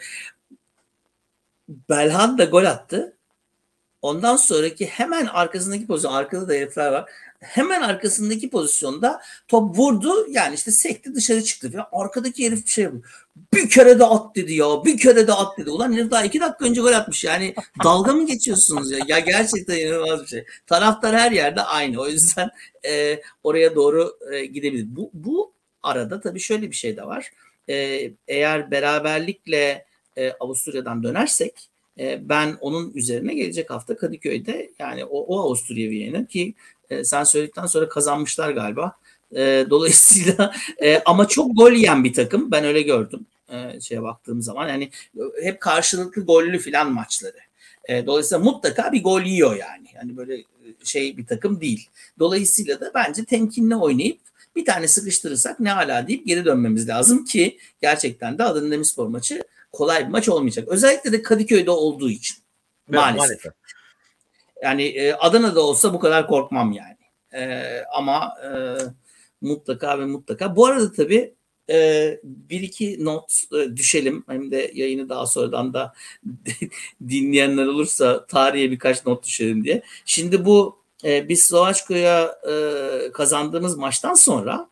Belhanda gol attı. Ondan sonraki hemen arkasındaki pozisyon, arkada da herifler var. Hemen arkasındaki pozisyonda top vurdu. Yani işte sekti dışarı çıktı falan. Arkadaki herif bir şey yapıyor. Bir kere de at dedi ya. Bir kere de at dedi. Ulan herif daha iki dakika önce gol atmış. Yani dalga mı geçiyorsunuz ya? Ya gerçekten inanılmaz bir şey. Taraftar her yerde aynı. O yüzden e, oraya doğru e, gidebilir. Bu, bu arada tabii şöyle bir şey de var. E, eğer beraberlikle e, Avusturya'dan dönersek ben onun üzerine gelecek hafta Kadıköy'de yani o, o Avusturya Viyana ki e, sen söyledikten sonra kazanmışlar galiba. E, dolayısıyla e, ama çok gol yiyen bir takım. Ben öyle gördüm. E, şeye baktığım zaman yani hep karşılıklı gollü filan maçları. E, dolayısıyla mutlaka bir gol yiyor yani. Yani böyle şey bir takım değil. Dolayısıyla da bence temkinli oynayıp bir tane sıkıştırırsak ne ala deyip geri dönmemiz lazım ki gerçekten de Adana Demirspor maçı kolay bir maç olmayacak. Özellikle de Kadıköy'de olduğu için. Maalesef. maalesef. Yani e, Adana'da olsa bu kadar korkmam yani. E, ama e, mutlaka ve mutlaka. Bu arada tabii e, bir iki not e, düşelim. Hem de yayını daha sonradan da dinleyenler olursa tarihe birkaç not düşelim diye. Şimdi bu e, biz Slovaçka'ya e, kazandığımız maçtan sonra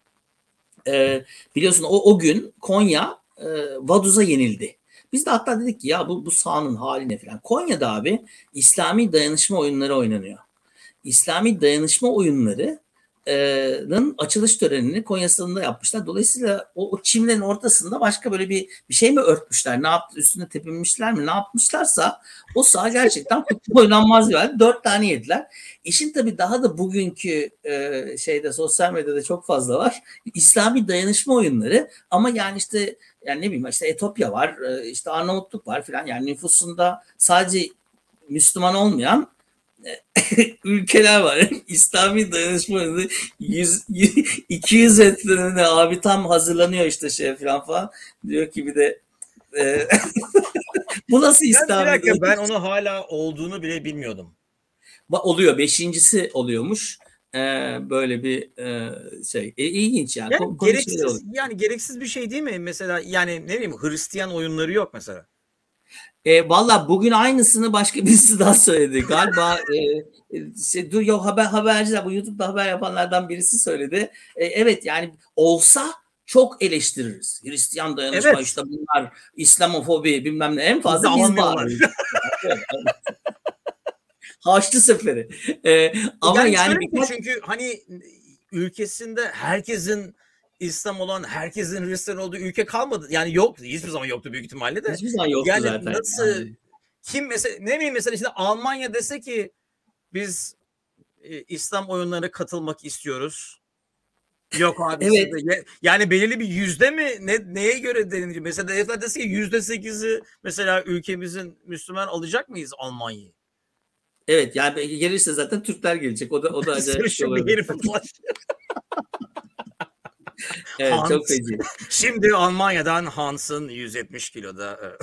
e, biliyorsun o, o gün Konya e, Vaduz'a yenildi. Biz de hatta dedik ki ya bu, bu sahanın haline falan. Konya'da abi İslami dayanışma oyunları oynanıyor. İslami dayanışma oyunlarının açılış törenini Konya Stadı'nda yapmışlar. Dolayısıyla o, o çimlerin ortasında başka böyle bir bir şey mi örtmüşler? Ne yaptı? Üstüne tepinmişler mi? Ne yapmışlarsa o saha gerçekten futbol oynanmaz yani. Dört tane yediler. İşin tabii daha da bugünkü e, şeyde sosyal medyada çok fazla var. İslami dayanışma oyunları ama yani işte yani ne bileyim işte Etopya var, işte Arnavutluk var filan yani nüfusunda sadece Müslüman olmayan ülkeler var. İslami dayanışma yüz iki yüz metrede abi tam hazırlanıyor işte şey falan falan. Diyor ki bir de e, bu nasıl İslami ben, dakika, ben onu hala olduğunu bile bilmiyordum. Oluyor. Beşincisi oluyormuş. Ee, böyle bir e, şey. E, ilginç yani. Yani gereksiz, yani gereksiz bir şey değil mi? Mesela yani ne bileyim Hristiyan oyunları yok mesela. E, Valla bugün aynısını başka birisi daha söyledi. Galiba e, şey, dur yok haber haberciler bu YouTube'da haber yapanlardan birisi söyledi. E, evet yani olsa çok eleştiririz. Hristiyan dayanışma evet. işte bunlar İslamofobi bilmem ne en fazla biz bağırırız. Haçlı Seferi. E, ama yani, yani birkaç... çünkü hani ülkesinde herkesin İslam olan, herkesin Hristiyan olduğu ülke kalmadı. Yani yoktu. Hiçbir zaman yoktu büyük ihtimalle de. Hiçbir zaman yoktu yani zaten. Nasıl yani. Kim mesela ne bileyim mesela işte Almanya dese ki biz e, İslam oyunlarına katılmak istiyoruz. Yok abi. Evet. Size, yani belirli bir yüzde mi? Ne, neye göre denilecek? Mesela devletler desin ki yüzde sekizi mesela ülkemizin Müslüman alacak mıyız Almanya'yı? Evet yani gelirse zaten Türkler gelecek. O da o da acayip bir şey Şu bir olabilir. herif ulaş. Evet çok Hans. feci. Şimdi Almanya'dan Hans'ın yüz yetmiş kiloda.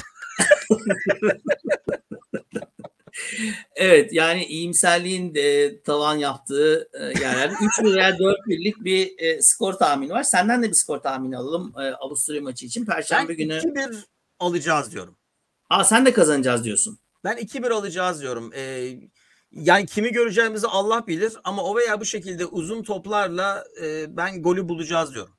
Evet yani iyimserliğin de tavan yaptığı e, yerlerde üç bir veya dört birlik bir e, skor tahmini var. Senden de bir skor tahmini alalım e, Avusturya maçı için. Ben Perşembe günü. iki bir alacağız diyorum. Aa sen de kazanacağız diyorsun. Ben iki bir alacağız diyorum. Ee, yani kimi göreceğimizi Allah bilir ama o veya bu şekilde uzun toplarla e, ben golü bulacağız diyorum.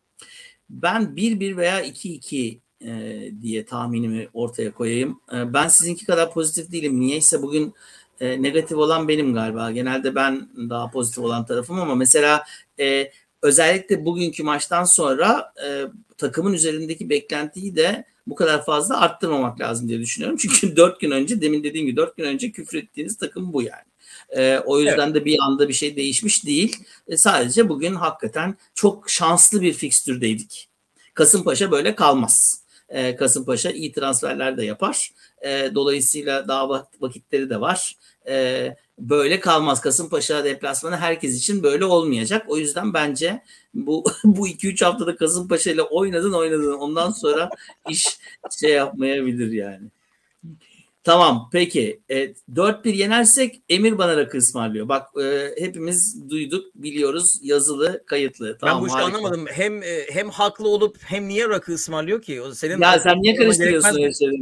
Ben bir bir veya iki iki e, diye tahminimi ortaya koyayım. E, ben sizinki kadar pozitif değilim. Niyeyse bugün e, negatif olan benim galiba. Genelde ben daha pozitif olan tarafım ama mesela e, özellikle bugünkü maçtan sonra e, takımın üzerindeki beklentiyi de bu kadar fazla arttırmamak lazım diye düşünüyorum. Çünkü dört gün önce demin dediğim gibi dört gün önce küfrettiğiniz takım bu yani. E, o yüzden evet. de bir anda bir şey değişmiş değil. E, sadece bugün hakikaten çok şanslı bir fikstürdeydik. Kasımpaşa böyle kalmaz. E, Kasımpaşa iyi transferler de yapar. E, dolayısıyla daha vakitleri de var. E, böyle kalmaz. Kasımpaşa deplasmanı herkes için böyle olmayacak. O yüzden bence bu bu iki üç haftada Kasımpaşa ile oynadın oynadın. Ondan sonra iş şey yapmayabilir yani. Tamam peki. E, dört bir yenersek Emir bana rakı ısmarlıyor. Bak e, hepimiz duyduk, biliyoruz. Yazılı, kayıtlı. Tamam, ben bu işi anlamadım. Hem e, hem haklı olup hem niye rakı ısmarlıyor ki? O senin ya sen niye karıştırıyorsun öyle şeyleri?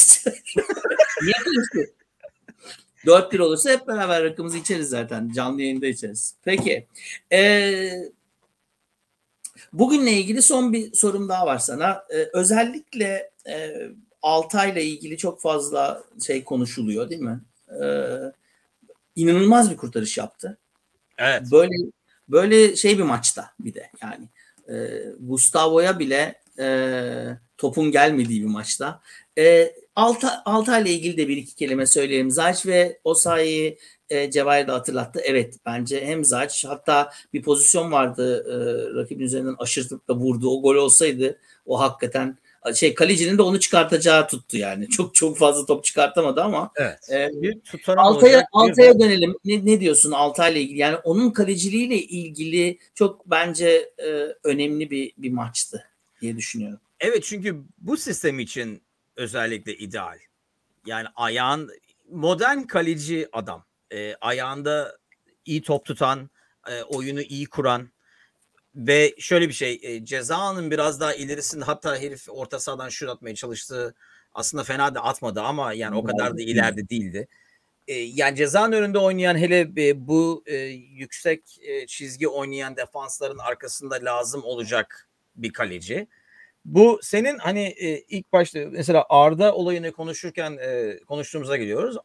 Niye karıştırıyorsun? dört bir olursa hep beraber rakımızı içeriz zaten. Canlı yayında içeriz. Peki. Ee, bugünle ilgili son bir sorum daha var sana. Ee, özellikle e, Altay'la ilgili çok fazla şey konuşuluyor değil mi? Ee, inanılmaz bir kurtarış yaptı. Evet. Böyle böyle şey bir maçta bir de yani. E, Gustavo'ya bile e, topun gelmediği bir maçta. E, Altay, Altay'la ilgili de bir iki kelime söyleyelim. Zayç ve Osayi'yi e, Cevahir de hatırlattı. Evet bence hem Zayç hatta bir pozisyon vardı e, rakibin üzerinden aşırtıp da vurdu. O gol olsaydı o hakikaten şey kalecinin de onu çıkartacağı tuttu yani. Çok çok fazla top çıkartamadı ama. Evet. E, bir tutarım Altay'a olacak. Altay'a de... dönelim. Ne, ne diyorsun Altay'la ilgili? Yani onun kaleciliğiyle ilgili çok bence e, önemli bir bir maçtı diye düşünüyorum. Evet çünkü bu sistem için özellikle ideal. Yani ayağın modern kaleci adam. E, ayağında iyi top tutan, e, oyunu iyi kuran ve şöyle bir şey e, cezanın biraz daha ilerisinde hatta herif orta sahadan şut atmaya çalıştı. Aslında fena da atmadı ama yani o kadar da ileride değildi. E, yani cezanın önünde oynayan hele e, bu e, yüksek e, çizgi oynayan defansların arkasında lazım olacak bir kaleci. Bu senin hani e, ilk başta mesela Arda olayını konuşurken e, konuştuğumuza geliyoruz.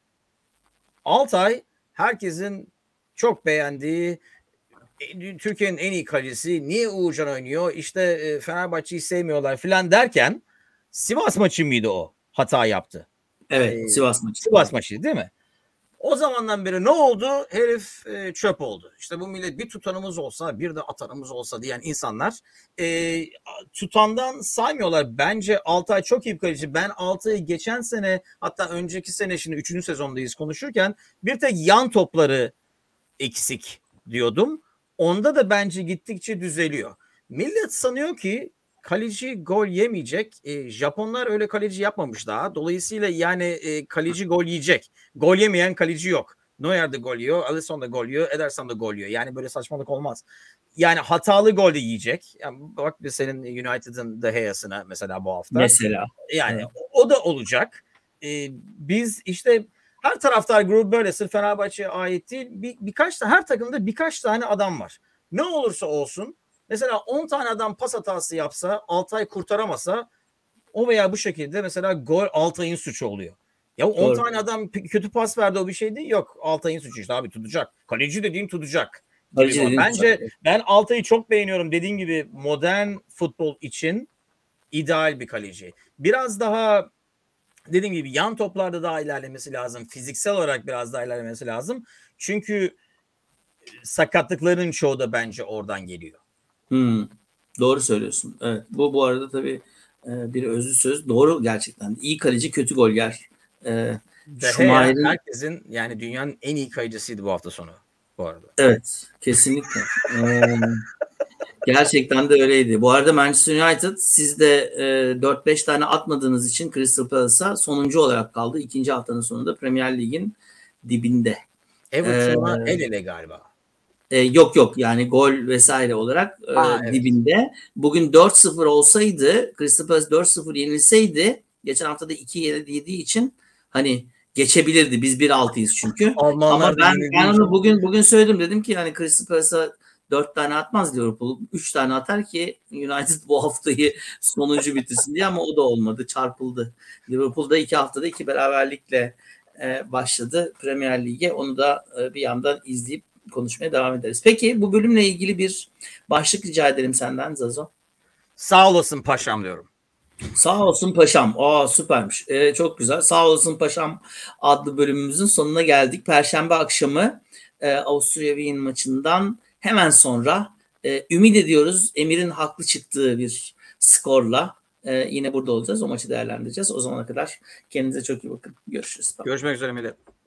Altay herkesin çok beğendiği e, Türkiye'nin en iyi kalecisi. Niye Uğurcan oynuyor? İşte e, Fenerbahçe'yi sevmiyorlar filan derken Sivas maçı mıydı o? Hata yaptı. Evet, E, Sivas maçı. Sivas maçı değil mi? O zamandan beri ne oldu? Herif e, çöp oldu. İşte bu millet bir tutanımız olsa bir de atanımız olsa diyen insanlar e, tutandan saymıyorlar. Bence Altay çok iyi bir kaleci. Ben Altay'ı geçen sene hatta önceki sene şimdi üçüncü sezondayız konuşurken bir tek yan topları eksik diyordum. Onda da bence gittikçe düzeliyor. Millet sanıyor ki kaleci gol yemeyecek. E, Japonlar öyle kaleci yapmamış daha. Dolayısıyla yani e, kaleci gol yiyecek. Gol yemeyen kaleci yok. Neuer de gol yiyor, Alisson da gol yiyor, Ederson da gol yiyor. Yani böyle saçmalık olmaz. Yani hatalı gol de yiyecek. Yani bak bir senin United'ın De Gea'sına mesela bu hafta. Mesela. Yani evet. o, o da olacak. E, biz işte her taraftar grubu böyle sırf Fenerbahçe'ye ait değil. Bir, birkaç da her takımda birkaç tane adam var. Ne olursa olsun mesela on tane adam pas hatası yapsa Altay kurtaramasa o veya bu şekilde mesela gol Altay'ın suçu oluyor. Ya on Doğru. tane adam kötü pas verdi o bir şey değil. Yok Altay'ın suçu işte abi tutacak. Kaleci dediğin tutacak. Gibi dediğin Bence tutacak. Ben Altay'ı çok beğeniyorum. Dediğin gibi modern futbol için ideal bir kaleci. Biraz daha dediğim gibi yan toplarda daha ilerlemesi lazım. Fiziksel olarak biraz daha ilerlemesi lazım. Çünkü sakatlıkların çoğu da bence oradan geliyor. Hmm, doğru söylüyorsun. Evet. Bu bu arada tabii e, bir özlü söz. Doğru gerçekten. İyi kaleci kötü gol yer. E, De Gea Schumacher'in herkesin yani dünyanın en iyi kalecisiydi bu hafta sonu bu arada. evet, kesinlikle. E, gerçekten de öyleydi. Bu arada Manchester United siz de e, dört beş tane atmadığınız için Crystal Palace'a sonuncu olarak kaldı. İkinci haftanın sonunda Premier Lig'in dibinde. Everton'la el ele galiba. E, yok yok yani gol vesaire olarak e, Aa, evet. dibinde. Bugün dört sıfır olsaydı, Crystal Palace dört sıfır yenilseydi, geçen hafta da iki yediği için hani geçebilirdi. Biz bir altıyız çünkü. Almanlar Ama da ben yenildiği ben onu için. bugün bugün söyledim, dedim ki hani Crystal Palace'a dört tane atmaz Liverpool. üç tane atar ki United bu haftayı sonuncu bitirsin diye, ama o da olmadı. Çarpıldı. Liverpool'da iki haftada iki beraberlikle e, başladı Premier Lig'e. Onu da e, bir yandan izleyip konuşmaya devam ederiz. Peki bu bölümle ilgili bir başlık rica edelim senden Zazo. Sağ olasın paşam diyorum. Sağ olsun paşam. Aa, süpermiş. Ee, çok güzel. Sağ olsun paşam adlı bölümümüzün sonuna geldik. Perşembe akşamı e, Avusturya Wien maçından hemen sonra e, ümit ediyoruz Emir'in haklı çıktığı bir skorla e, yine burada olacağız. O maçı değerlendireceğiz. O zamana kadar kendinize çok iyi bakın. Görüşürüz. Tamam. Görüşmek üzere millet.